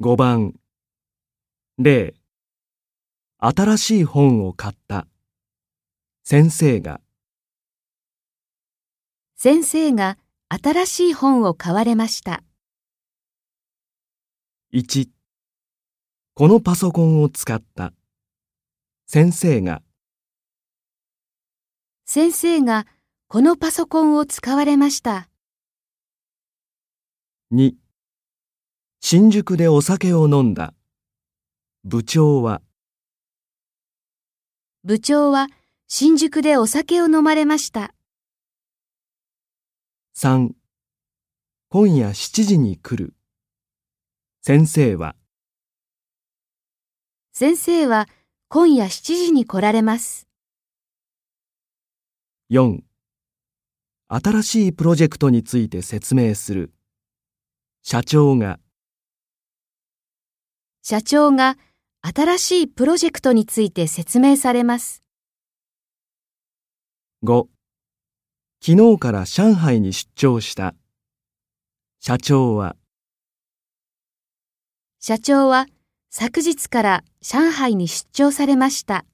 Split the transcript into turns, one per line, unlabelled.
5番。例。新しい本を買った。先生が。
先生が新しい本を買われました。
1、このパソコンを使った。先生が。
先生がこのパソコンを使われました。
2、新宿でお酒を飲んだ。部長は。
部長は新宿でお酒を飲まれました。
3、今夜7時に来る。先生は。
先生は今夜7時に来られます。
4、新しいプロジェクトについて説明する。社長が。
社長が新しいプロジェクトについて説明されます。
5、昨日から上海に出張した。社長は。
社長は昨日から上海に出張されました。